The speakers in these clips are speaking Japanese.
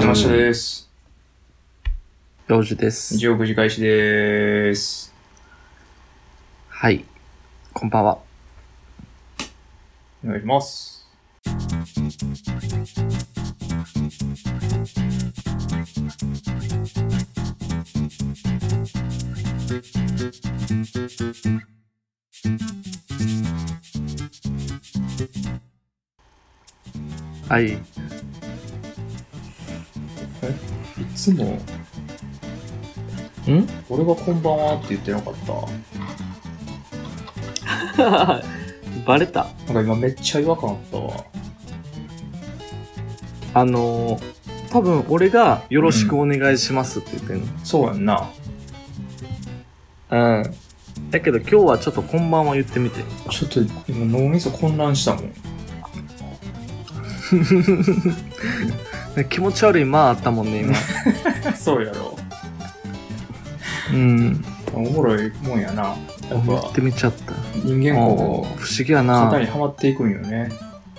ましたです。 幼児です。 日曜9時開始です。 はい。こんばんは。 お願いします。 はい。 いつも俺がこんばんはって言ってなかった。 バレた。 なんか今めっちゃ違和感あったわ。 多分俺がよろしくお願いしますって言ってんの。 そうやんな。 うん。だけど今日はちょっとこんばんは言ってみて。 ちょっと今脳みそ混乱したもん。 気持ち悪いあったもんね、今。 そうやろ。 うん。 おもろいもんやな。やっぱ言ってみちゃった。 人間こう不思議やな。 型にはまっていくんよね。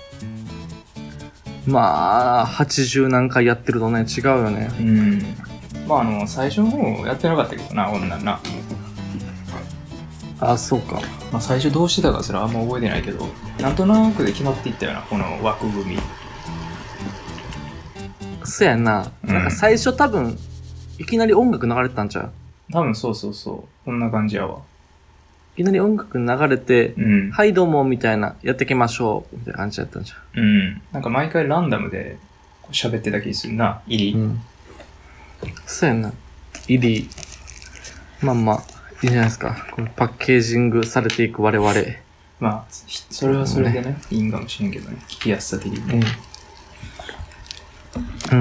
まあ、80何回やってるとね、違うよね。 うん。まあ最初の方やってなかったけどな、女な。 あ、そうか。 まあ最初どうしてたかすらあんま覚えてないけど、なんとなくで決まっていったよな、この枠組み。 そうやんな。なんか最初多分、いきなり音楽流れてたんちゃう？ 多分そうそうそう。こんな感じやわ。 いきなり音楽流れて、 うん。 はいどうもみたいな、やっていきましょうみたいな感じだったんじゃん。 うん。なんか毎回ランダムで喋ってた気するな、入り。 うん。そうやんな。入り。まあまあ、いいじゃないですか。このパッケージングされていく我々。 まあ、それはそれでね、いいんかもしれんけどね。聞きやすさ的にね。 うん。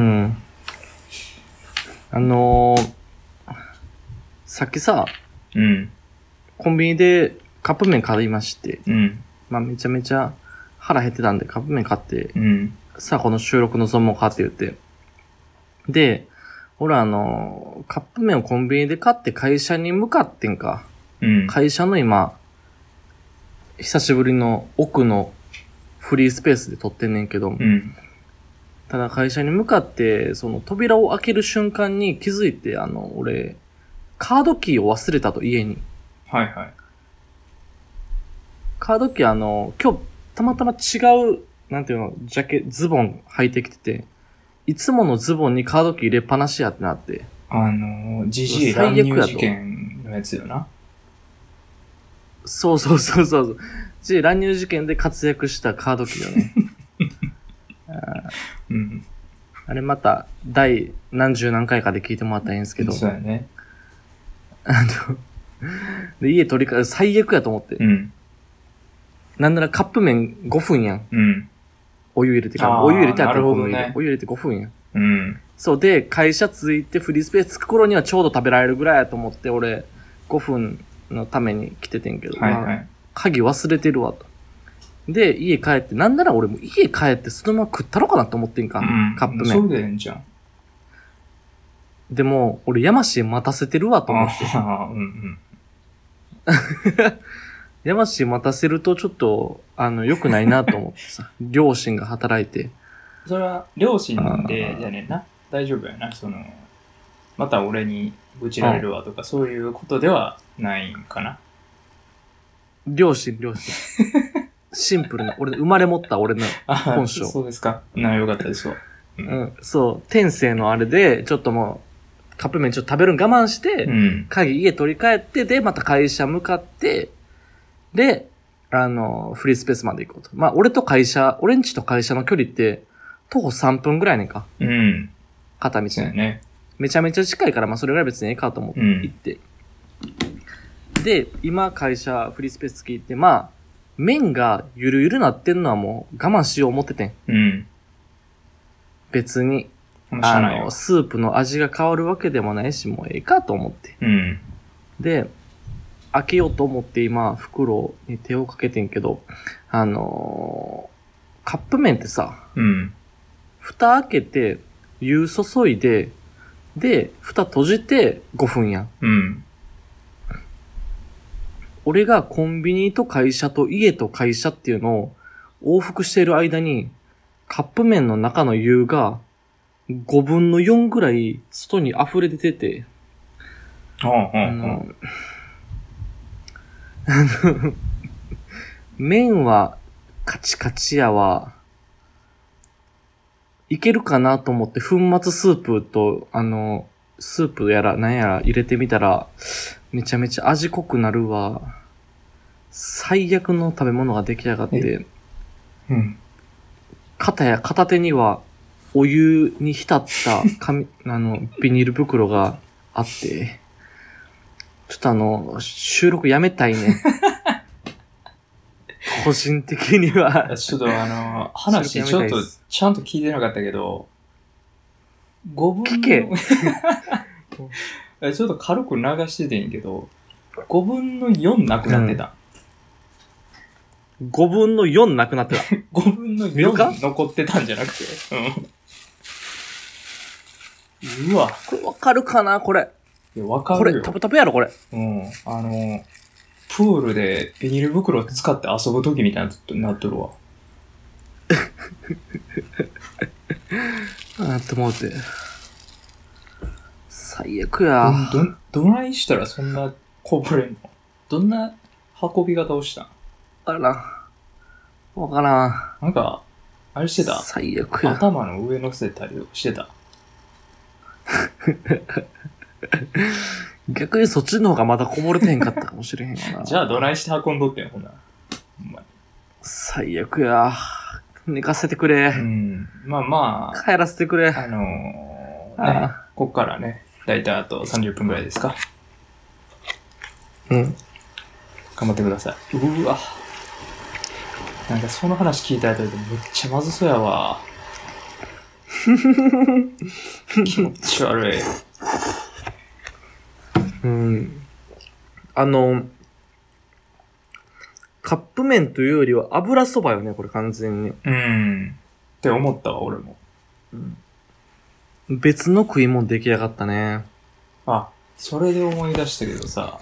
さっきさ、 うん。 コンビニでカップ麺買いまして、 うん。 まあめちゃめちゃ腹減ってたんでカップ麺買って、 うん。 さあこの収録望もうかって言って。で、俺カップ麺をコンビニで買って会社に向かってんか。 うん。 会社の今、久しぶりの奥のフリースペースで撮ってんねんけど、 うん。 ただ会社に向かって、その扉を開ける瞬間に気づいて、俺、カードキーを忘れたと家に。 はいはい。 カードキー今日たまたま違う、なんていうの、ズボン履いてきてて、いつものズボンにカードキー入れっぱなしやってなって。 ジジイ乱入事件のやつよな。 そう。乱入事件で活躍したカードキーよね。 うん。 あれまた、第何十何回かで聞いてもらったらいいんですけど。 そうやね。 で、家取り替え、最悪やと思って。 うん。 なんならカップ麺5分やん。 うん。 お湯入れてから。お湯入れてなるほどね。 お湯入れて5分やん。 うん。 そうで、会社着いてフリースペース着く頃にはちょうど食べられるぐらいやと思って、俺、5分のために来ててんけど。 はいはい。 まあ、鍵忘れてるわと。で、家帰って、なんなら俺も家帰ってそのまま食ったろかなと思ってんか。 うん、 カップ麺。 そうでええんじゃん。 でも、俺山氏待たせてるわと思って。 うんうん。 山氏待たせるとちょっと、良くないなと思ってさ。両親が働いて。 それは、両親で、じゃねえな。大丈夫やな。また俺に愚痴られるわとか、そういうことではないんかな。 両親。シンプルな。俺、生まれ持った俺の本性。 そうですか。よかったですわ。 うん、そう。天性のあれで、ちょっともう、カップ麺ちょっと食べるの我慢して、鍵家取り帰って、で、また会社向かって、で、フリースペースまで行こうと。まあ、俺んちと会社の距離って、徒歩3分ぐらいねんか。 うん。 片道そうね。 めちゃめちゃ近いから、まあ、それぐらい別にええかと思って行って。で、今会社フリースペース聞いて、まあ、麺がゆるゆるなってんのはもう我慢しよう思っててん。 うん。 別に、スープの味が変わるわけでもないし、もうええかと思って。 うん。 で、開けようと思って今、袋に手をかけてんけど、カップ麺ってさ、 うん。 蓋開けて、湯注いで、で、蓋閉じて5分やん。 うん。 俺がコンビニと会社と家と会社っていうのを往復している間に、カップ麺の中の湯が 5分の4ぐらい外に溢れ出てて、麺はカチカチやわ。いけるかなと思って粉末スープと、スープやら何やら入れてみたら、めちゃめちゃ味濃くなるわ。最悪の食べ物が出来上がって、片手にはお湯に浸ったビニール袋があって、ちょっと収録やめたいね。個人的には。 ちょっと話ちょっとちゃんと聞いてなかったけど、5分聞けちょっと軽く流しててんやけど、5分の4なくなってた。 5分の4なくなってた。 5分の4残ってたんじゃなくて。うわ。 これわかるかなこれ。 いや、わかるよ。 これ、タプタプやろこれ。 プールでビニール袋使って遊ぶときみたいになっとるわ。 なって思うて。最悪や。 どないしたらそんなこぼれんの？どんな運び方をしたん？ わからん。 なんか、あれしてた？ 最悪や。 頭の上乗せたりしてた？ 逆にそっちの方がまだこぼれてへんかったかもしれへんわな。 じゃあどないして運んどってんほんなら。 最悪や。寝かせてくれ。 まあ。 帰らせてくれ。 こっからね、だいたいあと30分くらいですか。 頑張ってください。うわ。なんかその話聞いた後でめっちゃまずそうやわ。気持ち悪い。 カップ麺というよりは油そばよね、これ完全に。 って思ったわ、俺も。 別の食い物出来上がったね。 あ、それで思い出したけどさ、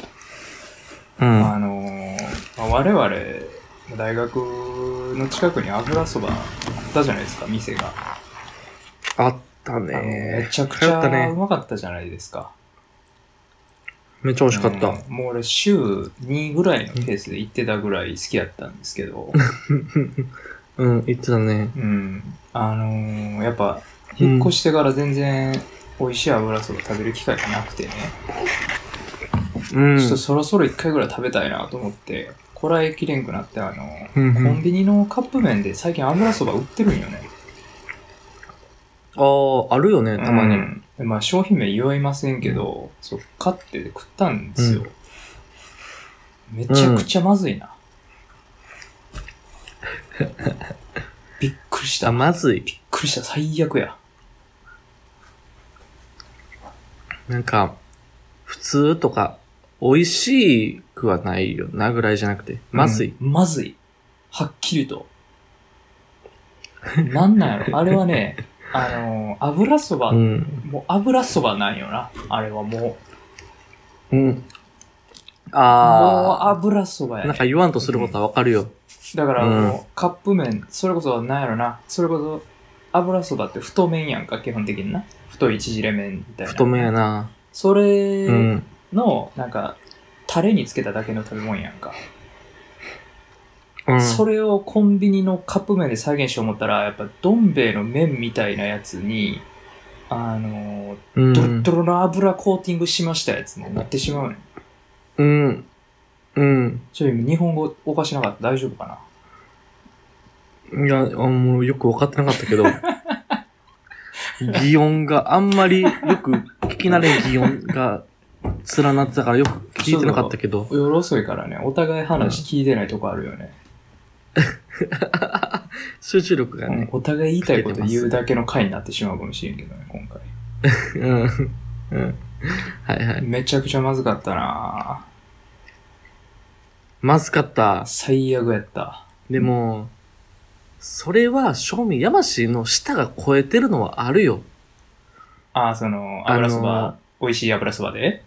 我々、大学の近くに油そばあったじゃないですか、店が。 あったね。 めちゃくちゃうまかったじゃないですか。 めっちゃ美味しかった。 もう俺週2ぐらいのペースで行ってたぐらい好きやったんですけど。 行ってたね。 やっぱ、引っ越してから全然美味しい油そば食べる機会がなくてね。ちょっとそろそろ1回ぐらい食べたいなと思って、こらえきれんくなってコンビニのカップ麺で最近油そば売ってるんよね。 あるよね、たまに。 まあ商品名言いませんけど、そう、買って食ったんですよ。めちゃくちゃまずいな。びっくりした。 まずい。 びっくりした。最悪や。 なんか、普通とか、美味しくはないよなぐらいじゃなくて、まずい。 まずい。はっきりと。なんなんやろ。あれはね、油そば、もう油そばなんよな。あれはもう。もう油そばやね。 なんか言わんとすることはわかるよ。 だからもう、カップ麺、それこそなんやろな。それこそ、油そばって太麺やんか、基本的にな。太い縮れ麺みたいな。 太麺やな。 それの、なんか、タレにつけただけの食べ物やんか。それをコンビニのカップ麺で再現しよう思ったら、やっぱどん兵衛の麺みたいなやつに、ドロッドロの油コーティングしましたやつになってしまうね。ちょ、今日本語おかしなかった？大丈夫かな？ いや、もうよく分かってなかったけど、擬音があんまりよく聞き慣れん擬音が連なってたからよく聞いてなかったけど。 夜遅いからね、お互い話聞いてないとこあるよね。 集中力がね。 お互い言いたいこと言うだけの回になってしまうかもしれんけどね、今回。はい。めちゃくちゃまずかったな。 まずかった。 最悪やった。 でも、それは、正味、山氏の舌が超えてるのはあるよ。 油そば、美味しい油そばで？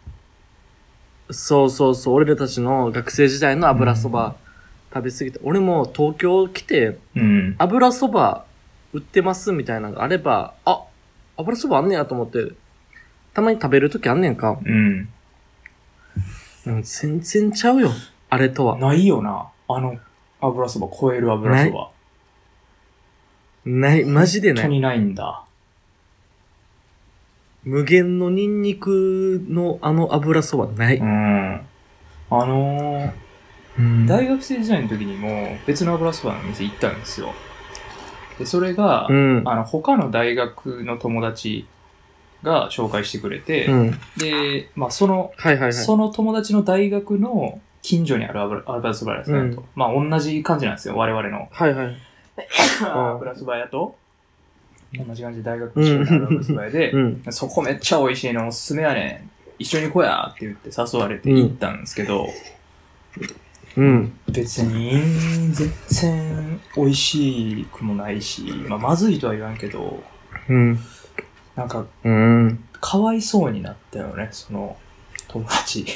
そう、俺らたちの学生時代の油そば食べ過ぎて、俺も東京来て、油そば売ってますみたいなのがあれば、あ、油そばあんねやと思って、たまに食べるときあんねんか。 うん。 全然ちゃうよ。あれとは。 ないよな。油そば超える油そば。 ない、マジでない。 本当にないんだ。 無限のニンニクの油そばない。 うん。大学生時代の時にも別の油そばの店行ったんですよ。で、それが、他の大学の友達が紹介してくれて、で、まあ、その友達の大学の近所にある油そば屋さんと、まあ、同じ感じなんですよ、我々の。油そば屋と、同じ感じで大学の近所にある油そば屋で、そこめっちゃ美味しいのおすすめやねん。一緒に来やって言って誘われて行ったんですけど、別に全然美味しくもないし、まあ、まずいとは言わんけど、なんか、かわいそうになったよね、その友達。 い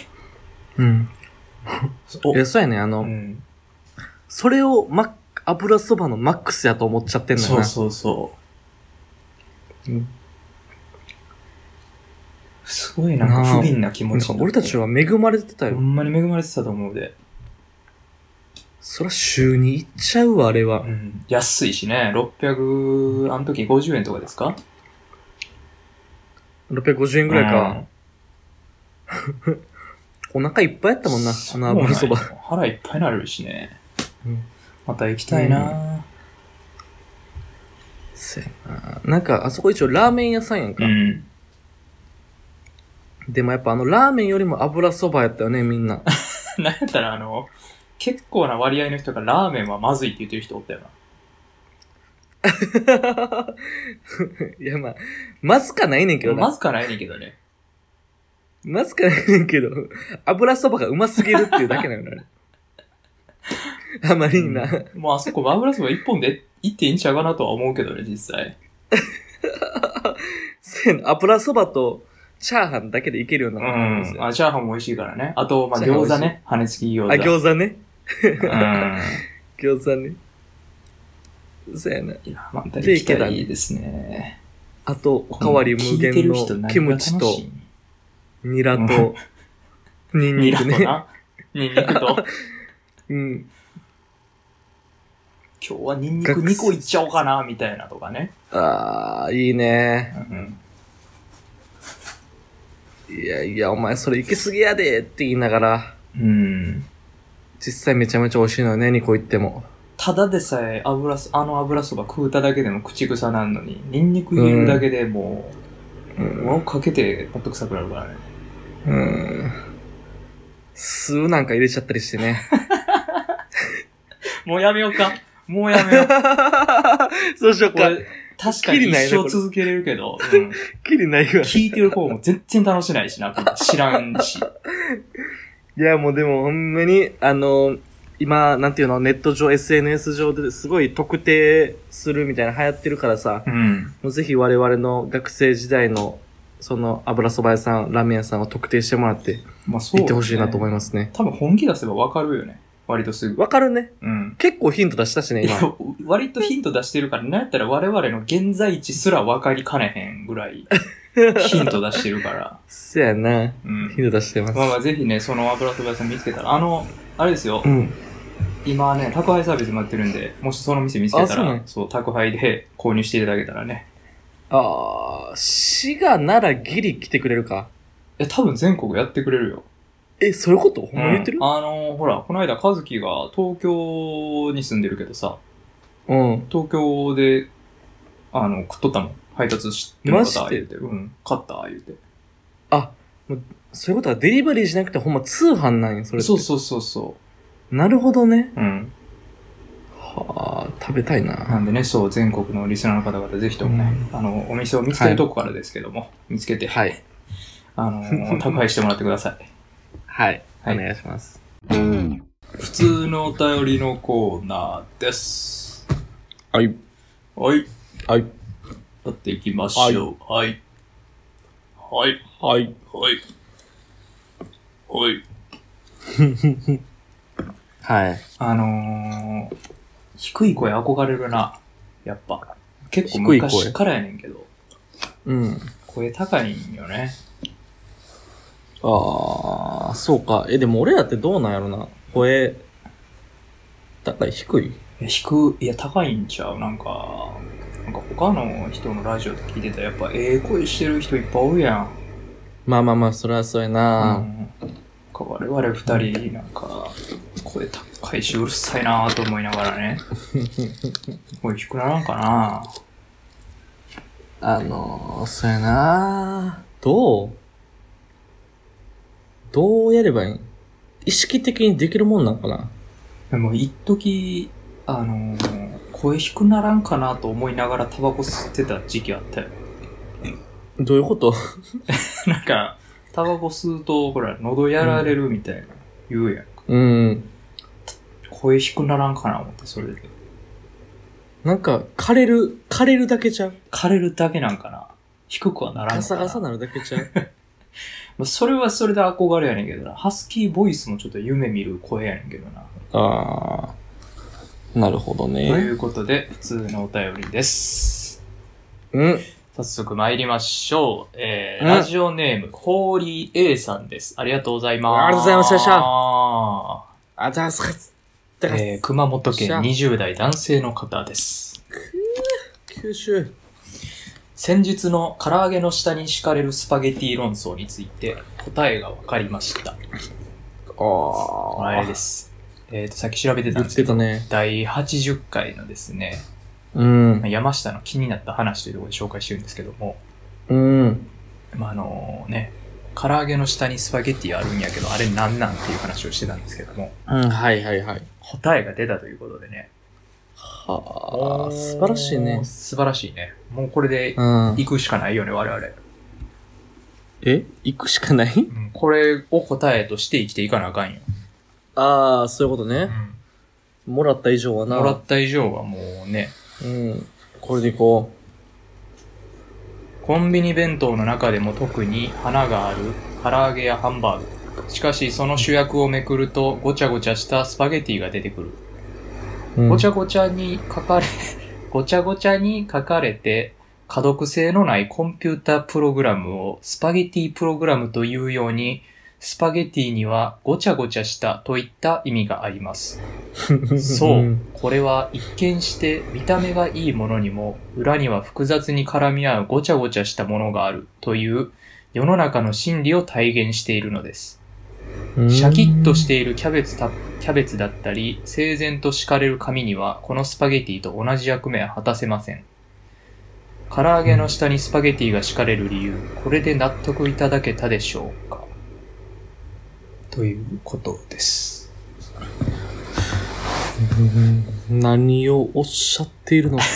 や、そうやね、それを油そばのマックスやと思っちゃってんのよな。 そう。すごいなんか不憫な気持ちになって。 俺たちは恵まれてたよ。 ほんまに恵まれてたと思うで。 そら週に行っちゃうわ、あれは。 安いしね。600、あの時50円とかですか ?650 円ぐらいか。お腹いっぱいやったもんな、油そば。 腹いっぱいになるしね。また行きたいなせやな。なんか、あそこ一応ラーメン屋さんやんか。でもやっぱラーメンよりも油そばやったよね、みんな。 なんやったら結構な割合の人がラーメンはまずいって言ってる人おったよな。 いや、まずかないねんけどな。 まずかないねんけどね。 まずかないねんけど、油そばがうますぎるっていうだけなのよね。あまりにな。 もうあそこ油そば一本でいっていいんちゃうかなとは思うけどね、実際。 油そばとチャーハンだけでいけるようなもんですよ。チャーハンも美味しいからね。あと、餃子ね。羽根付き餃子。 餃子ね。餃子ね。そうやな。 いや、また行きたいですね。 あと、おかわり無限のキムチと、ニラと、ニンニクね。 ニンニクと。今日はニンニク2個いっちゃおうかな、みたいなとかね。 いいね。いや、お前それ行き過ぎやでって言いながら、実際めちゃめちゃ美味しいのよね、2個いっても。 ただでさえ油そば食うただけでも口臭なんのに、ニンニク入れるだけでもう、輪をかけてもっと臭くなるからね。 酢なんか入れちゃったりしてね。 もうやめようか。もうやめよう。 そうしようか。 確かに一生続けれるけど、 きりないわ。 聞いてる方も全然楽しないしな、知らんし。 いや、もうでもほんまに、今、なんていうの、ネット上、SNS 上ですごい特定するみたいな流行ってるからさ、もうぜひ我々の学生時代の、その油そば屋さん、ラーメン屋さんを特定してもらって、行ってほしいなと思いますね。 多分本気出せばわかるよね。割とすぐ。 わかるね。結構ヒント出したしね、今。 割とヒント出してるから、なんやったら我々の現在地すらわかりかねへんぐらい、ヒント出してるから。 そやな。ヒント出してます。 まあぜひね、その油そば屋さん見つけたら、あれですよ。今ね、宅配サービスもやってるんで、もしその店見つけたら、宅配で購入していただけたらね。 滋賀ならギリ来てくれるか。 多分全国やってくれるよ。 そういうこと？ほんま言ってる？ ほら、この間、和樹が東京に住んでるけどさ、東京で、食っとったもん。配達してもらった言うて。買った言うて。 そういうことはデリバリーじゃなくてほんま通販なんや、それって。 そう。 なるほどね。食べたいな。 なんでね、全国のリスナーの方々、ぜひともね、お店を見つけるとこからですけども、見つけて、宅配してもらってください。 はい。お願いします。 普通のお便りのコーナーです。 はい。 やっていきましょう。はい。低い声憧れるな。やっぱ。 結構昔からやねんけど。 うん。 声高いんよね。 ああ、そうか。でも俺らってどうなんやろな。声、高い低い？ いや、高いんちゃうなんか他の人のラジオと聞いてたらやっぱ声してる人いっぱいおるやん。 まあ、それはそうやな。 我々二人なんか声高いしうるさいなと思いながらね。声低くならんかな。 そうやな。どうやればいい？意識的にできるもんなんかな。 でも一時声低くならんかなと思いながらタバコ吸ってた時期あったよ。 どういうこと？ なんかタバコ吸うとほら喉やられるみたいな言うやんか。 うん。 声低くならんかな思ってそれで。 なんか枯れるだけちゃう？ 枯れるだけなんかな。低くはならんのかな。 ガサガサなるだけちゃう？ それはそれで憧れやねんけどな。ハスキーボイスもちょっと夢見る声やねんけどな。 ああ、なるほどね。 ということで、普通のお便りです。 うん。 早速参りましょう。ラジオネーム、ホーリー A さんです。ありがとうございます。 ありがとうございました。 あざす熊本県20代男性の方です。 九州。 先日の唐揚げの下に敷かれるスパゲティ論争について答えが分かりました。あれです。さっき調べてたんですけど、ね、第80回のですね、 うん、 山下の気になった話というところで紹介してるんですけども、 うん、 唐揚げの下にスパゲティあるんやけど、あれなんなんっていう話をしてたんですけども、 うん、はいはいはい。 答えが出たということでね。 はあ、素晴らしいね。 素晴らしいね。もうこれで行くしかないよね、我々。 行くしかない？ うん、これを答えとして生きていかなあかんよ。 ああ、そういうことね。うん、もらった以上はな。 もらった以上はもうね。 うん。これでいこう。コンビニ弁当の中でも特に花がある唐揚げやハンバーグ。しかしその主役をめくるとごちゃごちゃしたスパゲティが出てくる。うん、ごちゃごちゃに書かれて、可読性のないコンピュータープログラムをスパゲティプログラムというように、スパゲティにはごちゃごちゃしたといった意味があります。そう、これは一見して見た目がいいものにも、裏には複雑に絡み合うごちゃごちゃしたものがあるという世の中の心理を体現しているのです。シャキッとしているキャベツだったり、整然と敷かれる紙には、このスパゲティと同じ役目は果たせません。唐揚げの下にスパゲティが敷かれる理由、これで納得いただけたでしょうか？ということです。 何をおっしゃっているのか。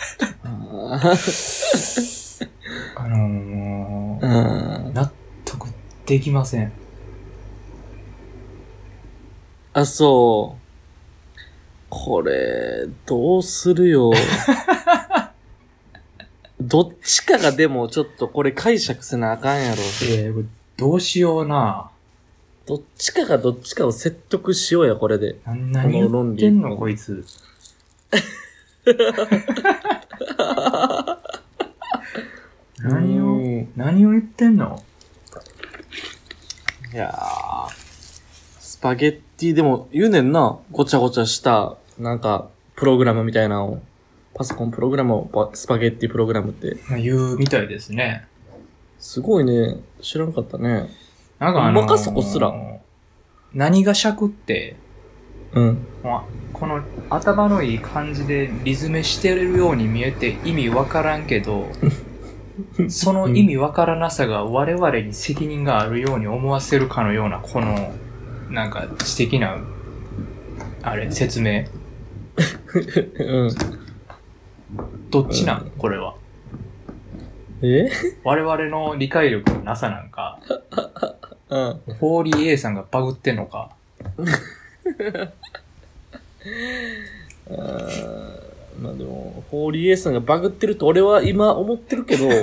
納得できません。 あ、そう。これ、どうするよ。どっちかがでもちょっとこれ解釈せなあかんやろ。 どうしような。 どっちかがどっちかを説得しようや、これで。 何言ってんの、こいつ。何を言ってんの？ いやー。スパゲッティでも言うねんな。ごちゃごちゃした、なんか、プログラムみたいなのを。パソコンプログラムをスパゲッティプログラムって。 言うみたいですね。 すごいね。知らんかったね。 なんかまかそこすら。 何が尺って、 うん。 この頭のいい感じでリズメしてるように見えて意味わからんけど、その意味わからなさが我々に責任があるように思わせるかのような、この、なんか知的な、説明。 うん。 どっちなん、これは。我々の理解力のなさなんか、 うん。 フォーリー A さんがバグってんのか。 まあでも、フォーリー A さんがバグってると俺は今思ってるけど、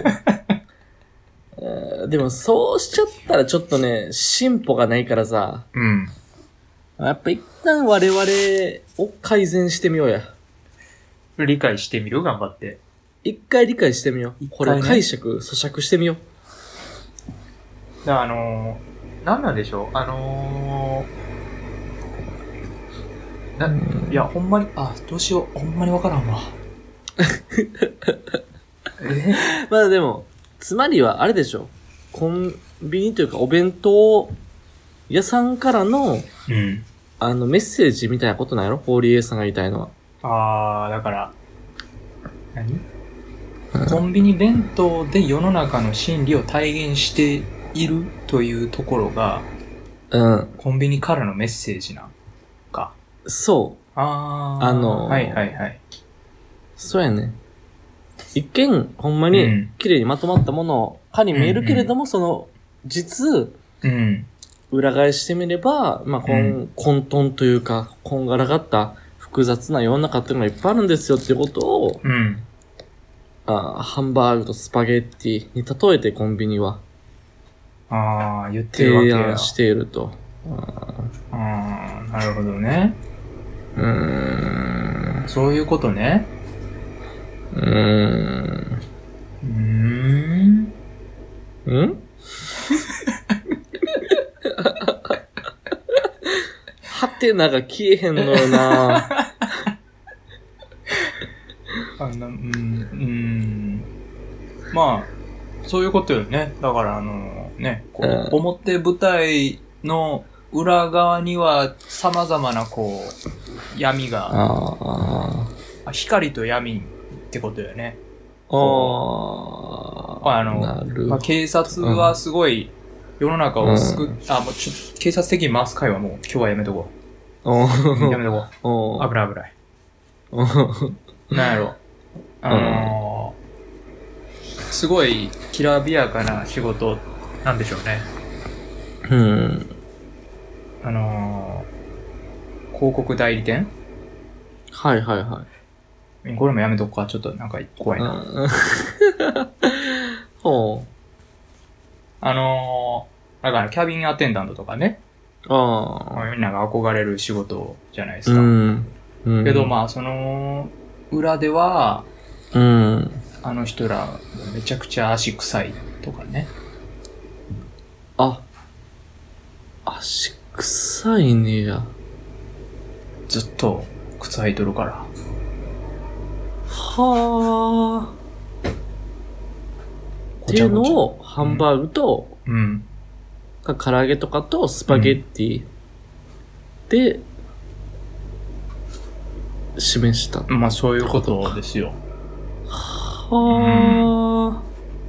でもそうしちゃったらちょっとね、進歩がないからさ。 うん。 やっぱ一旦我々を改善してみようや。 理解してみる？頑張って。 一回理解してみよう。これ解釈、咀嚼してみよう。だからなんなんでしょういや、ほんまに、どうしよう。ほんまにわからんわ。 まあでも、つまりはあれでしょ。コンビニというかお弁当屋さんからの、メッセージみたいなことなんやろ？ホーリー A さんが言いたいのは。 だから、コンビニ弁当で世の中の心理を体現しているというところが、コンビニからのメッセージなんか。 そう。 はいはいはい。 そうやね。一見、ほんまに、綺麗にまとまったものかに見えるけれども、その、実、裏返してみれば、まあ、混沌というか、こんがらがった複雑な世の中っていうのがいっぱいあるんですよっていうことを、ハンバーグとスパゲッティに例えてコンビニは、 言ってるわけや。 提案していると。 なるほどね。そういうことね。はてなが消えへんのよなまあ、そういうことよね。だから表舞台の裏側には様々な闇が、光と闇ってことよね。警察はすごい世の中を救っ、警察的に回す回はもう今日はやめとこう。やめとこう。危ない危ない。なんやろ。すごいきらびやかな仕事なんでしょうね。広告代理店？ はいはいはい。 これもやめとこうか。ちょっとなんか怖いな。 ほう。 だからキャビンアテンダントとかね。みんなが憧れる仕事じゃないですか。けどまあその裏では、あの人らめちゃくちゃ足臭いとかね。 足臭いねや。 ずっと靴履いとるから。 はあ。っていうのをハンバーグと、唐揚げとかとスパゲッティで示した。 まあそういうことですよ。 は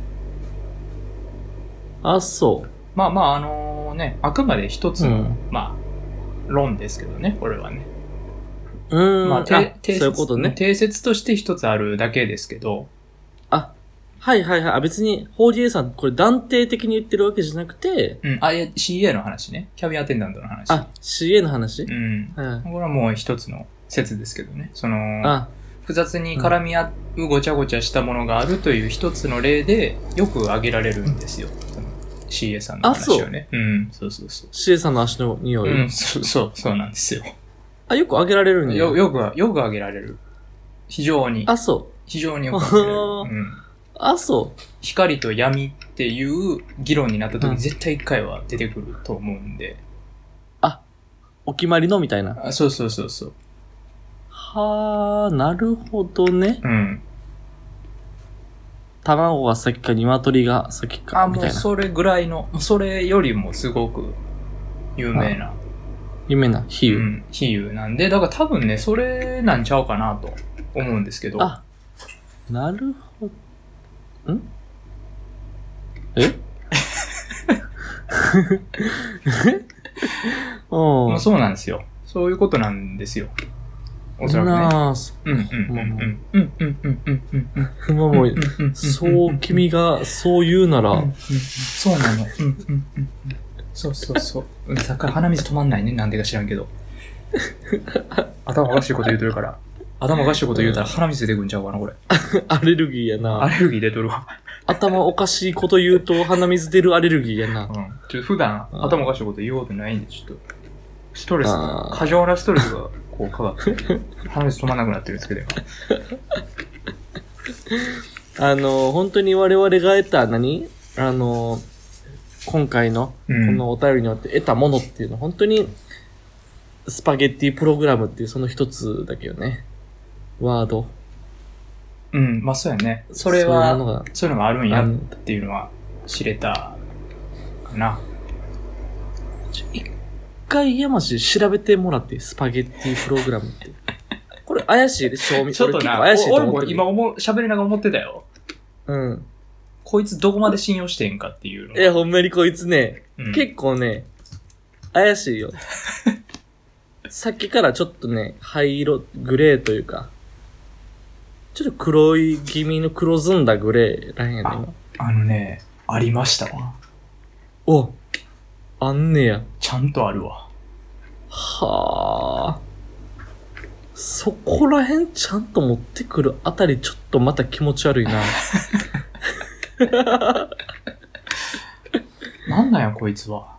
あ。そう。 まああくまで一つの、まあ論ですけどね、これはね。まあそういうことね。定説として一つあるだけですけど。 はいはいはい。別に、ホーリー A さん、これ断定的に言ってるわけじゃなくて。 CA の話ね。キャビンアテンダントの話。 CA の話？ これはもう一つの説ですけどね。複雑に絡み合うごちゃごちゃしたものがあるという一つの例で、よく挙げられるんですよ。CA さんの話をね。そうそうそう。 CA さんの足の匂い。 そうなんですよ。 よく挙げられるんだよ。 よく挙げられる。非常に。非常によく挙げられる。 そう。 光と闇っていう議論になった時に絶対一回は出てくると思うんで。 お決まりのみたいな。 そう。 はあ、なるほどね。卵が先か鶏が先かみたいな。 もうそれぐらいの、それよりもすごく有名な。 比喩。 比喩なんで、だから多分ね、それなんちゃうかなと思うんですけど。 なるほど。 そうなんですよ。そういうことなんですよ。おそらくね。 そう、君がそう言うなら。 そうなの。そう。さっきから鼻水止まんないね。なんでか知らんけど。頭おかしいこと言うとるから。頭おかしいこと言うたら鼻水出てくんちゃうかな、これ。 アレルギーやな。 アレルギー出とるわ。 頭おかしいこと言うと鼻水出るアレルギーやな。 普段頭おかしいこと言おうとないんで、ちょっと、ストレスが、過剰なストレスが、かかって、鼻水止まんなくなってるんですけど。 本当に我々が得た今回のこのお便りによって得たものっていうのは本当にスパゲッティプログラムっていうその一つだけよね。ワード。 うん、まあそうやね。それは、そういうのがあるんやっていうのは知れたかな。 一回山氏調べてもらって、スパゲッティプログラムって。これ怪しいでしょ？ ちょっとな、 怪しいと思俺も今喋りながら思ってたよ。 うん。 こいつどこまで信用してんかっていうの。 ほんまにこいつね、結構ね、怪しいよ。さっきからちょっとね、灰色、グレーというか、ちょっと黒い気味の黒ずんだグレーらへんやね、 今。ありましたわ。 お、あんねや。 ちゃんとあるわ。 はあ。そこらへんちゃんと持ってくるあたりちょっとまた気持ち悪いな。 なんなんやこいつは。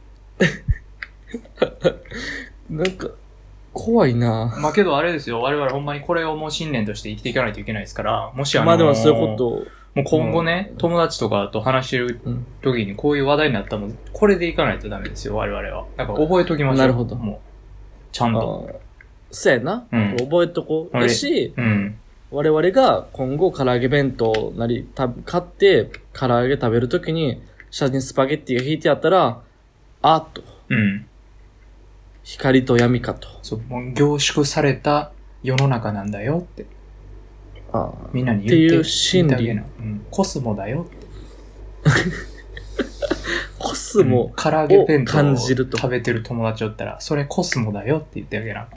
なんか、怖いな。 まあけどあれですよ、我々ほんまにこれをもう信念として生きていかないといけないですから、もしまあでもそういうことを。 もう今後ね、友達とかと話してる時にこういう話題になったらもうこれでいかないとダメですよ、我々は。だから覚えときましょう。 なるほど。 もう、ちゃんと。 そうやな。覚えとこう。だし、我々が今後唐揚げ弁当なり買って唐揚げ食べるときに下にスパゲッティが引いてあったら、あっと。光と闇かと。 そう、もう凝縮された世の中なんだよって。みんなに言っていう心理。 コスモだよって。 コスモ唐揚げ弁当を感じると。 食べてる友達おったら、それコスモだよって言ってあげな。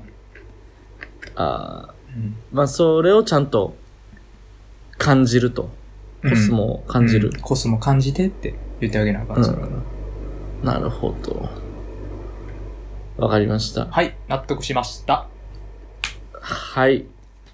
まあそれをちゃんと感じると。コスモを感じる。 コスモ感じてって言ってあげなあかん。 なるほど。わかりました。 はい、納得しました。 はい。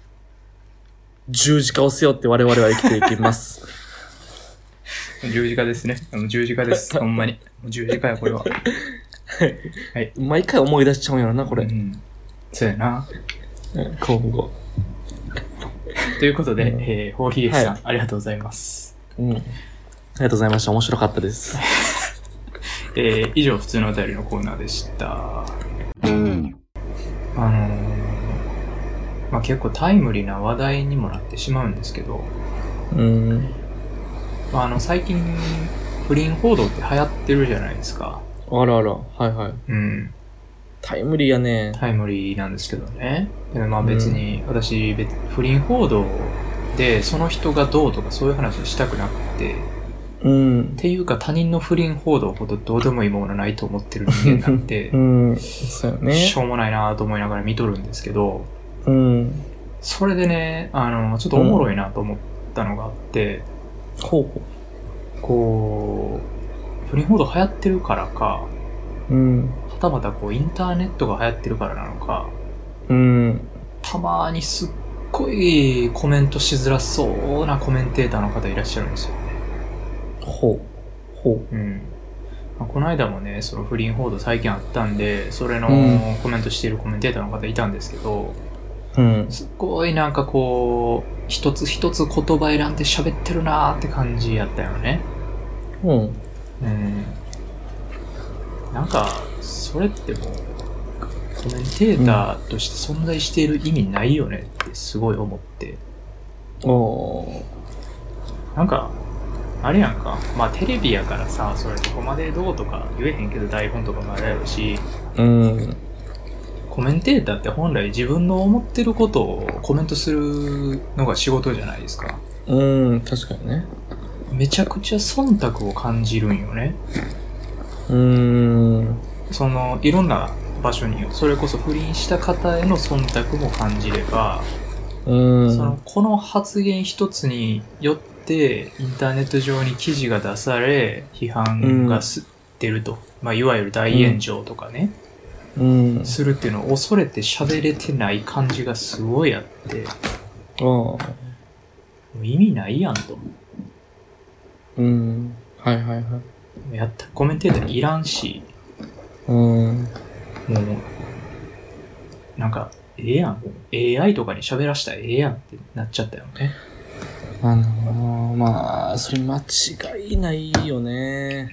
十字架を背負って我々は生きていきます。 十字架ですね。十字架です。ほんまに。十字架や、これは。 はい。毎回思い出しちゃうんやろな、これ。 そうやな。 今後。 ということで、ホーヒーさん、ありがとうございます。 ありがとうございました。面白かったです。 以上、普通のお便りのコーナーでした。まあ、結構タイムリーな話題にもなってしまうんですけど、最近、不倫報道って流行ってるじゃないですか。 あらあら、はいはい。タイムリーやね。 タイムリーなんですけどね。まあ別に、私、不倫報道でその人がどうとかそういう話をしたくなくて、っていうか他人の不倫報道ほどどうでもいいものないと思ってる人間なんで、 そうよね。 しょうもないなと思いながら見とるんですけど、それでね、ちょっとおもろいなと思ったのがあって、こう、不倫報道流行ってるからか、はたまたこうインターネットが流行ってるからなのか、たまーにすっごいコメントしづらそうなコメンテーターの方いらっしゃるんですよね。この間もね、その不倫報道最近あったんで、それのコメントしているコメンテーターの方いたんですけど、すっごいなんかこう、一つ一つ言葉選んで喋ってるなーって感じやったよね。なんか、それってもう、コメンテーターとして存在している意味ないよねってすごい思って。なんか、あれやんか。まあテレビやからさ、それどこまでどうとか言えへんけど台本とかもあるやろし、コメンテーターって本来自分の思ってることをコメントするのが仕事じゃないですか。 確かにね。 めちゃくちゃ忖度を感じるんよね。その、いろんな場所に、それこそ不倫した方への忖度も感じれば、この発言一つによってインターネット上に記事が出され批判が出ると、まあ、いわゆる大炎上とかね、するっていうのを恐れて喋れてない感じがすごいあって、もう意味ないやんと。やったコメンテーターいらんし、もうなんかええやん、AI とかに喋らしたらええやんってなっちゃったよね。 まあ、それ間違いないよね。 うん。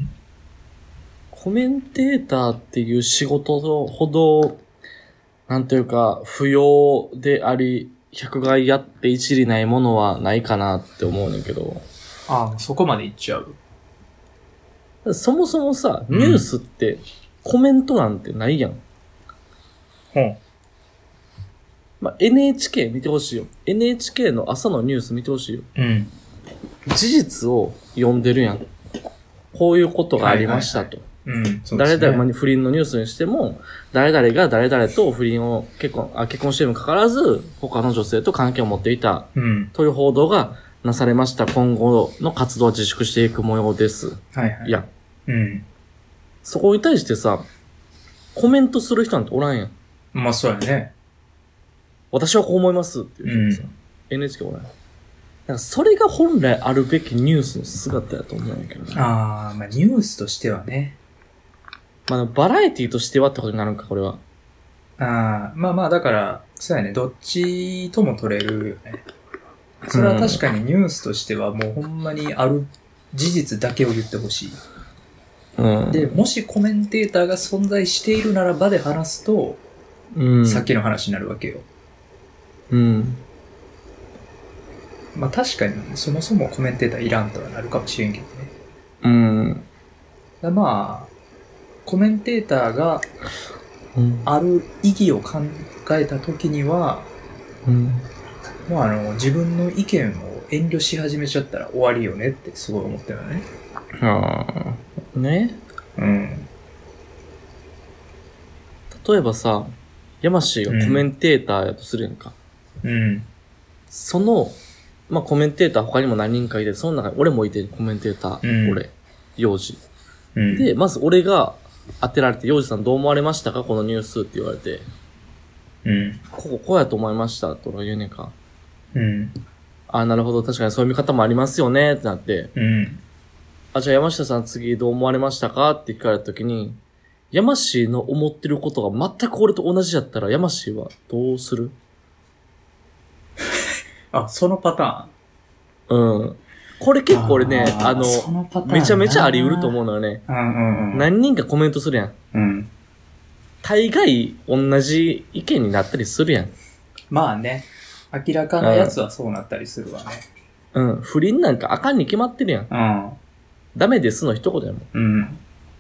コメンテーターっていう仕事ほど、なんというか、不要であり、百害やって一理ないものはないかなって思うねんけど。 ああ、そこまでいっちゃう。 そもそもさ、ニュースってコメントなんてないやん。 ほん。 まあ、NHK 見てほしいよ。NHK の朝のニュース見てほしいよ。 うん。 事実を読んでるやん。こういうことがありましたと。 うん。そうですね。 誰々、不倫のニュースにしても、誰々が誰々と不倫を結婚してるにもかかわらず、他の女性と関係を持っていた。 うん。 という報道がなされました。今後の活動は自粛していく模様です。 はいはい。 いや。 うん。 そこに対してさ、コメントする人なんておらんやん。 まあそうやね。 私はこう思いますっていう人さ、NHK おらん。なんかそれが本来あるべきニュースの姿やと思うんやけどね。 ああ、まあニュースとしてはね。 まあバラエティとしてはってことになるんか、これは。 ああ、まあまあだから、そうやね。どっちとも取れるよね。それは確かにニュースとしてはもうほんまにある事実だけを言ってほしい。 うん。 で、もしコメンテーターが存在しているならばで話すと、さっきの話になるわけよ。 うん。 まあ確かにそもそもコメンテーターいらんとはなるかもしれんけどね。 うん。 まあ、コメンテーターがある意義を考えたときには、もう自分の意見を遠慮し始めちゃったら終わりよねってすごい思ったよね。 ああ。ね。 うん。 例えばさ、ヤマシーがコメンテーターやとするやんか。 うん。 その、まあ、コメンテーター他にも何人かいて、その中に俺もいて、コメンテーター、俺、幼児。で、まず俺が当てられて、幼児さんどう思われましたかこのニュースって言われて。こうやと思いましたとか言うねんか。あ、なるほど、確かにそういう見方もありますよねってなって。じゃあ山下さん次どう思われましたかって聞かれたときに、山氏の思ってることが全く俺と同じだったら、山氏はどうする？ あ、そのパターン。うん。これ結構俺ね、めちゃめちゃあり得ると思うのよね。何人かコメントするやん。大概同じ意見になったりするやん。 まあね。明らかなやつはそうなったりするわね。 不倫なんかあかんに決まってるやん。ダメですの一言やもん。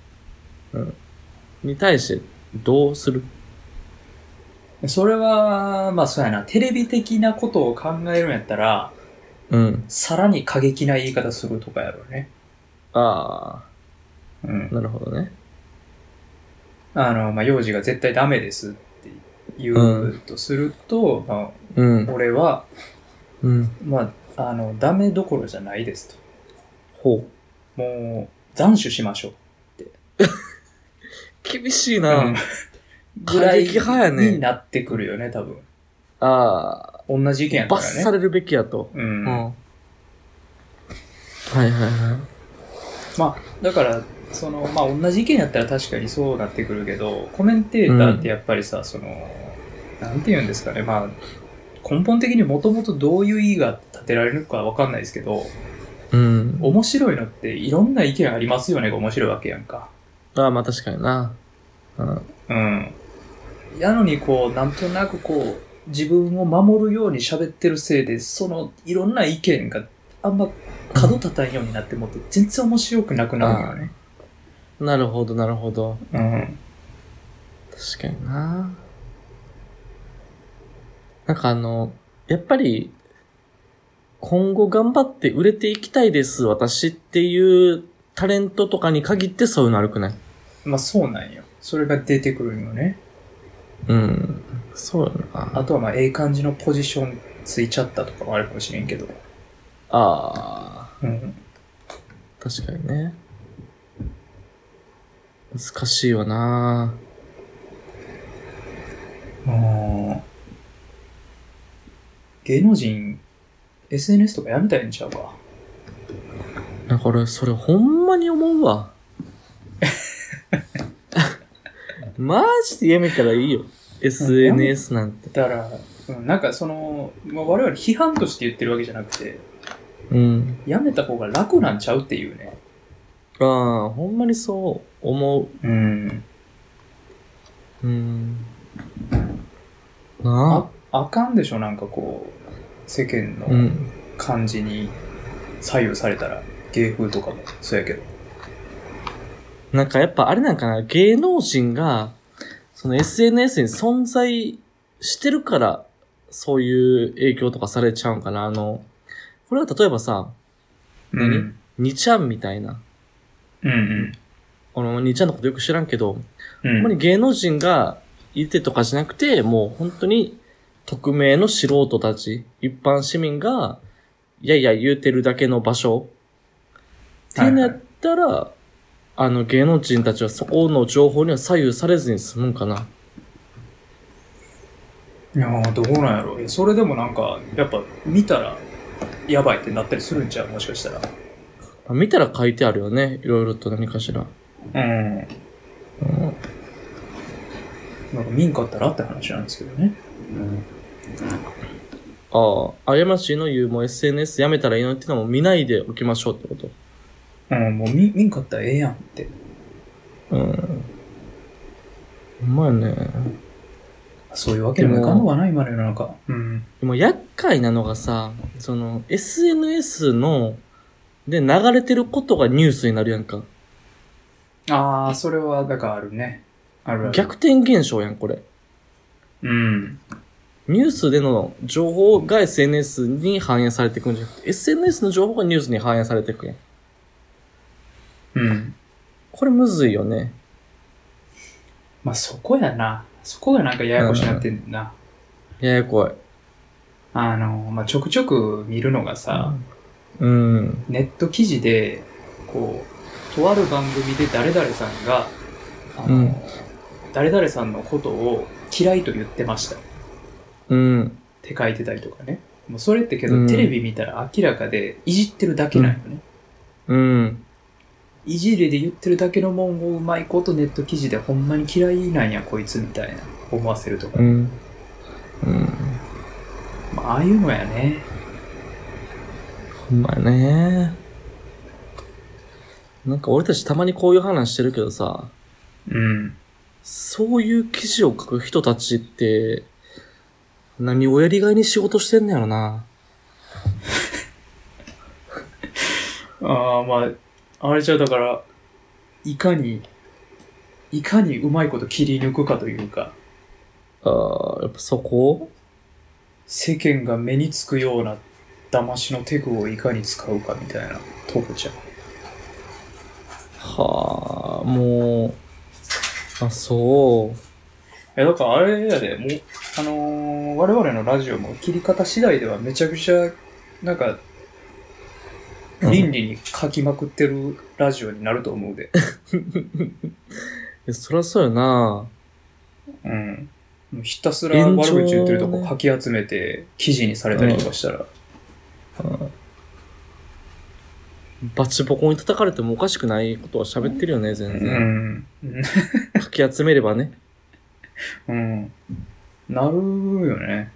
に対してどうする？ それは、まあそうやな。テレビ的なことを考えるんやったら、さらに過激な言い方するとかやろうね。 ああ。なるほどね。 まあ、幼児が絶対ダメですって言うとすると、まあ、俺は、まあ、ダメどころじゃないですと。 ほう。もう、斬首しましょうって。 厳しいな。 ぐらいになってくるよね、多分。 ああ。 同じ意見やったらね。 罰されるべきやと。はいはいはい。 まあ、だから、まあ同じ意見やったら確かにそうなってくるけど、コメンテーターってやっぱりさ、なんて言うんですかね、まあ、根本的にもともとどういう意義が立てられるかわかんないですけど、面白いのっていろんな意見ありますよねが面白いわけやんか。 ああ、まあ確かにな。 やのになんとなく自分を守るように喋ってるせいで、いろんな意見があんま角立たんようになってもって全然面白くなくなるよね。 なるほど、なるほど。確かにな。なんかやっぱり、今後頑張って売れていきたいです、私っていうタレントとかに限ってそういうの悪くない？ まあそうなんよ。それが出てくるよね。 そうやな。 あとはまあ感じのポジションついちゃったとかもあるかもしれんけど。 ああ。確かにね。難しいわな。 芸能人 SNS とかやめたいんちゃうか。 だからそれほんまに思うわ。マジでやめたらいいよ。SNS なんて。 だから、なんか我々批判として言ってるわけじゃなくて、 うん。 やめた方が楽なんちゃうっていうね。 ああ、ほんまにそう思うん。 う。 あかんでしょ、なんかこう、世間の感じに左右されたら、芸風とかもそうやけど。 なんかやっぱあれなんかな、芸能人が、その SNS に存在してるから、そういう影響とかされちゃうんかな。これは例えばさ、にちゃんみたいな。にちゃんのことよく知らんけど、ほんまに芸能人がいてとかじゃなくて、もう本当に匿名の素人たち、一般市民が、いやいや言うてるだけの場所っていうのやったら、芸能人たちはそこの情報には左右されずに済むんかな。 いやー、どうなんやろ。それでもなんか、やっぱ見たら、やばいってなったりするんちゃう、もしかしたら。 見たら書いてあるよね。いろいろと何かしら。 なんか見んかったらって話なんですけどね。 あやましいの言うも SNS やめたらいいのってのも見ないでおきましょうってこと。 もう見んかったらええやんって。 ほんまやね。 そういうわけにもいかんのかな、今の世の中。 でも厄介なのがさ、SNS で流れてることがニュースになるやんか。 ああ、それは、だからあるね。ある。 逆転現象やん、これ。ニュースでの情報が SNS に反映されていくんじゃなくて、SNS の情報がニュースに反映されていくやん。これむずいよね。 まあ、そこやな。そこがなんかややこしになってんだな。 ややこい。 まあ、ちょくちょく見るのがさ、 ネット記事で、こう、とある番組で誰々さんが、誰々さんのことを嫌いと言ってました。って書いてたりとかね。もうそれってけど、テレビ見たら明らかでいじってるだけなんよね。いじりで言ってるだけのもんをうまいことネット記事でほんまに嫌いなんやこいつみたいな思わせるとか。まあ、ああいうのやね。 ほんまやね。なんか俺たちたまにこういう話してるけどさ、そういう記事を書く人たちって、何をやりがいに仕事してんねやろな。 まあ、あれじゃだから、いかにうまいこと切り抜くかというか。 やっぱそこ？ 世間が目につくような騙しのテクをいかに使うかみたいなとこじゃん。 はあ、もう、そう。 だからあれやで、もう、我々のラジオも切り方次第ではめちゃくちゃ、なんか、倫理に書きまくってるラジオになると思うで。 そりゃそうやな。 ひたすら悪口言ってるとこかき集めて記事にされたりとかしたら。 バチボコに叩かれてもおかしくないことは喋ってるよね、全然。かき集めればね。 なるよね。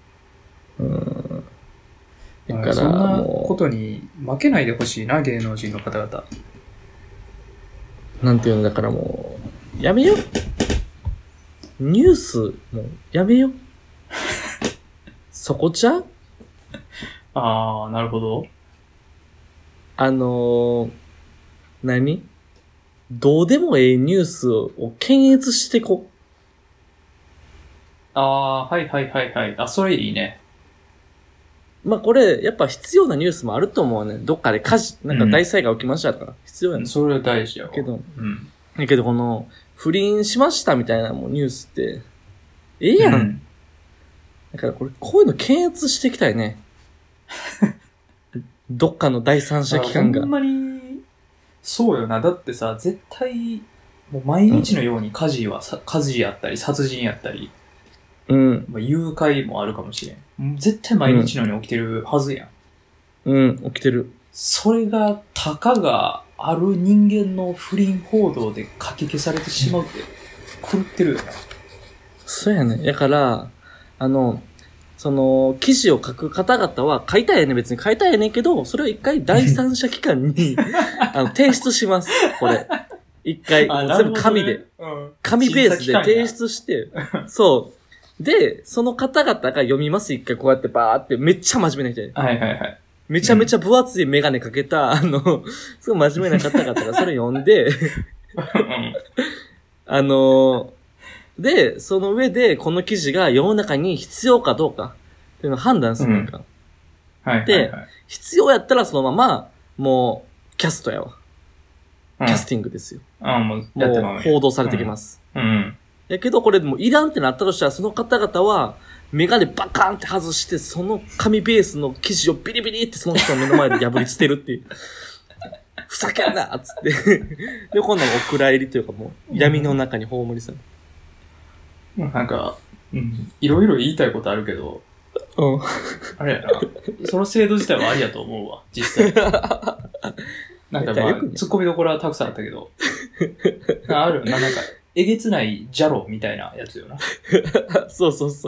だからそんなことに負けないでほしいな、芸能人の方々。 なんていうの、だからもう、やめよ。ニュース、もう、やめよ。そこちゃう？ なるほど。 何？どうでもええニュースを検閲してこ。 はいはいはいはい。それいいね。 まあこれ、やっぱ必要なニュースもあると思うね。どっかでなんか大災害起きましたから、必要やね。 それは大事やわ。 けど、この、不倫しましたみたいなもうニュースって、ええやん。だからこういうの検閲していきたいね。どっかの第三者機関が。 ほんまに、そうよな。だってさ、絶対、もう毎日のように火事やったり、殺人やったり、誘拐もあるかもしれん。絶対毎日のように起きてるはずやん。起きてる。 それが、たかがある人間の不倫報道でかき消されてしまうって、狂ってるよな。 そうやね。だから、 その、記事を書く方々は書いたらええねん、別に書いたらええねんけど、それを一回第三者機関に、提出します。これ。一回、もう全部紙で。紙ベースで提出して、そう。で、その方々が読みます、一回こうやってバーって、めっちゃ真面目な人や。 はいはいはい。 めちゃめちゃ分厚いメガネかけた、すごい真面目な方々がそれ読んで、で、その上で、この記事が世の中に必要かどうかっていうのを判断するのか。 はいはいはい。 で、必要やったらそのまま、もう、キャストやわ。キャスティングですよ。 もうやってまう。 報道されてきます。 うん。 やけどこれもういらんってなったとしたら、その方々は、メガネバカーンって外して、その紙ベースの記事をビリビリってその人の目の前で破り捨てるっていう。ふざけんなっつって。で、今度はお蔵入りというかもう、闇の中に葬りされる。 なんか、いろいろ言いたいことあるけど、あれやな。その制度自体はありやと思うわ、実際。なんかまあ、突っ込みどころはたくさんあったけど。あるよな、なんか、えげつないジャロみたいなやつよな。 そうそうそう。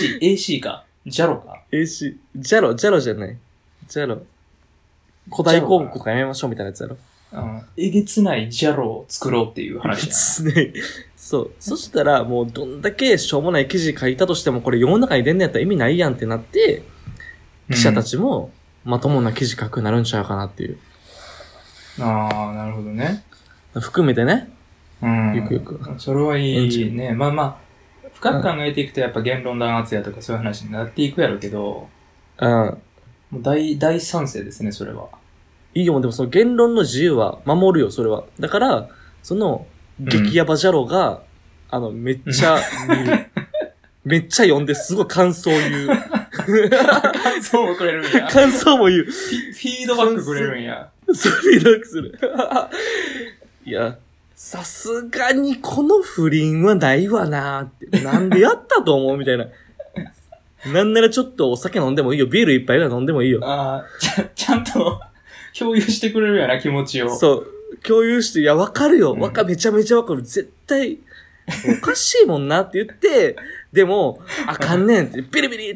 AC か。ジャロか。 ジャロじゃない。ジャロ。古代広告かやめましょうみたいなやつやろ。 えげつないジャロを作ろうっていう話やな。 そう。そしたら、もうどんだけしょうもない記事書いたとしても、これ世の中に出んのやったら意味ないやんってなって、記者たちもまともな記事書くようになるんちゃうかなっていう。 ああ、なるほどね。 含めてね。 ゆくゆく。それはいいね。まあまあ、深く考えていくとやっぱ言論弾圧やとかそういう話になっていくやろうけど、もう大賛成ですね、それは。 いいよ、でもその言論の自由は守るよ、それは。だから、その、激ヤバジャロが、めっちゃ見る。めっちゃ読んですごい感想言う。 感想もくれるんや。 感想も言う。フィードバックくれるんや。 そう、フィードバックする。いや、さすがにこの不倫はないわなーって。なんでやったと思うみたいな。なんならちょっとお酒飲んでもいいよ。ビール一杯ぐらい飲んでもいいよ。 ちゃんと共有してくれるやな、気持ちを。 そう。共有して、いや、わかるよ。めちゃめちゃわかる。絶対、おかしいもんなって言って、でも、あかんねんって、ビリビリって。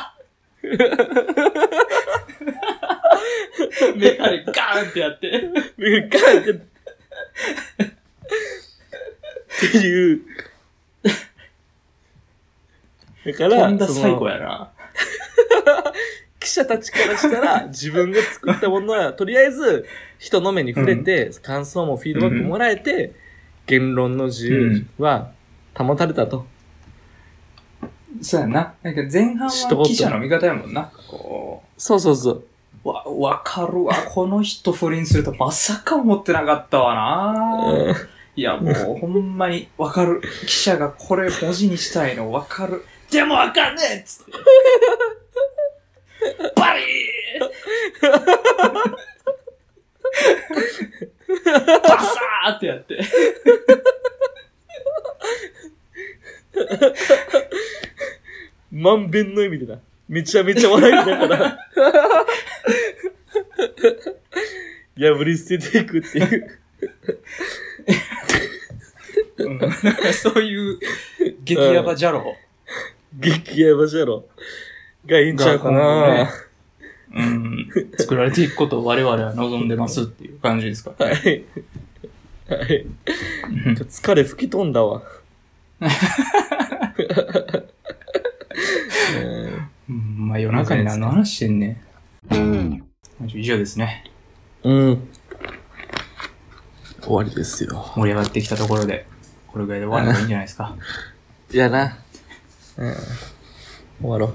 メガネガーンってやって。 メガネガーンって。っていう。だから、 とんだ最高やな。 記者たちからしたら、自分が作ったものは、とりあえず、人の目に触れて、感想もフィードバックもらえて、言論の自由は保たれたと。 そうやな。なんか前半は記者の味方やもんな。 そうそうそう。 わかるわ。この人不倫するとまさか思ってなかったわな。いやもうほんまにわかる。記者がこれ文字にしたいのわかる。でもわかんねえっつって。バリーバサーってやって。 満遍の意味でな。めちゃめちゃ笑いながら。破り捨てていくっていう。 そういう激ヤバジャロ。 激ヤバジャロがいいんちゃうかな。 作られていくことを我々は望んでますっていう感じですか。 はい。はい。疲れ吹き飛んだわ。 まあ夜中に何の話してんねん。以上ですね。 終わりですよ。 盛り上がってきたところで、これぐらいで終わるのがいいんじゃないですか。 いやな。終わろう。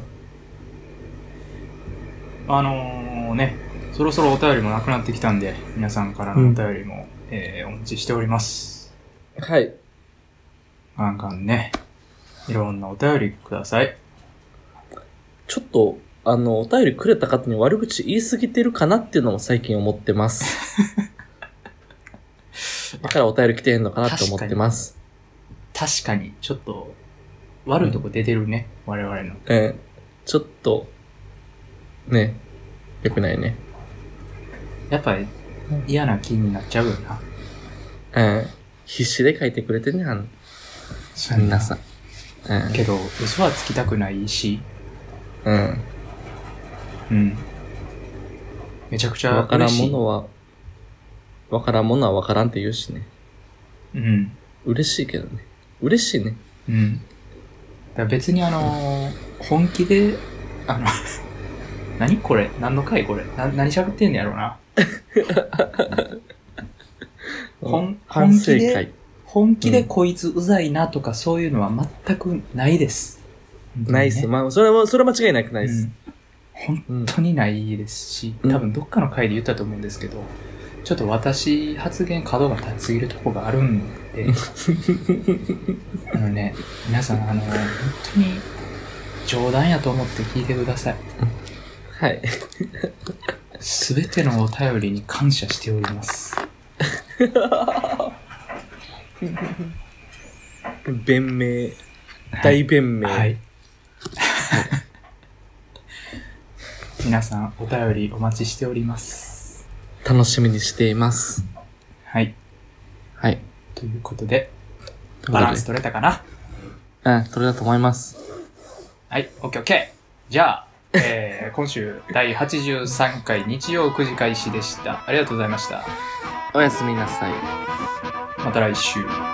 そろそろお便りもなくなってきたんで、皆さんからのお便りも、お待ちしております。 はい。 ガンガンね、いろんなお便りください。 ちょっと、お便りくれた方に悪口言いすぎてるかなっていうのも最近思ってます。だからお便り来てへんのかなって思ってます。 確かに、ちょっと、悪いとこ出てるね、我々の。 ちょっと、ね、良くないね。 やっぱり嫌な気になっちゃうよな。必死で書いてくれてね、皆さん。 けど、嘘はつきたくないし、 うん。 うん。めちゃくちゃわからん嬉しい。 ものはわからんって言うしね。 うん。 嬉しいけどね。嬉しいね。 うん。だから別に本気で、何これ何の回これ何喋ってんねやろうな。本気でこいつうざいなとかそういうのは全くないです。 ね、ないっす。まあ、それは間違いなくないっす。 本当にないですし、多分どっかの回で言ったと思うんですけど、ちょっと私発言角が立ちすぎるとこがあるんで、皆さん本当に冗談やと思って聞いてください。 はい。 すべてのお便りに感謝しております。 弁明、大弁明。はい。 皆さんお便りお待ちしております。 楽しみにしています。 はい。 はい。 ということで、バランス取れたかな？ うん、取れたと思います。 はい、オッケーオッケー。じゃあ、今週第83回日曜9時開始でした。ありがとうございました。 おやすみなさい。 また来週。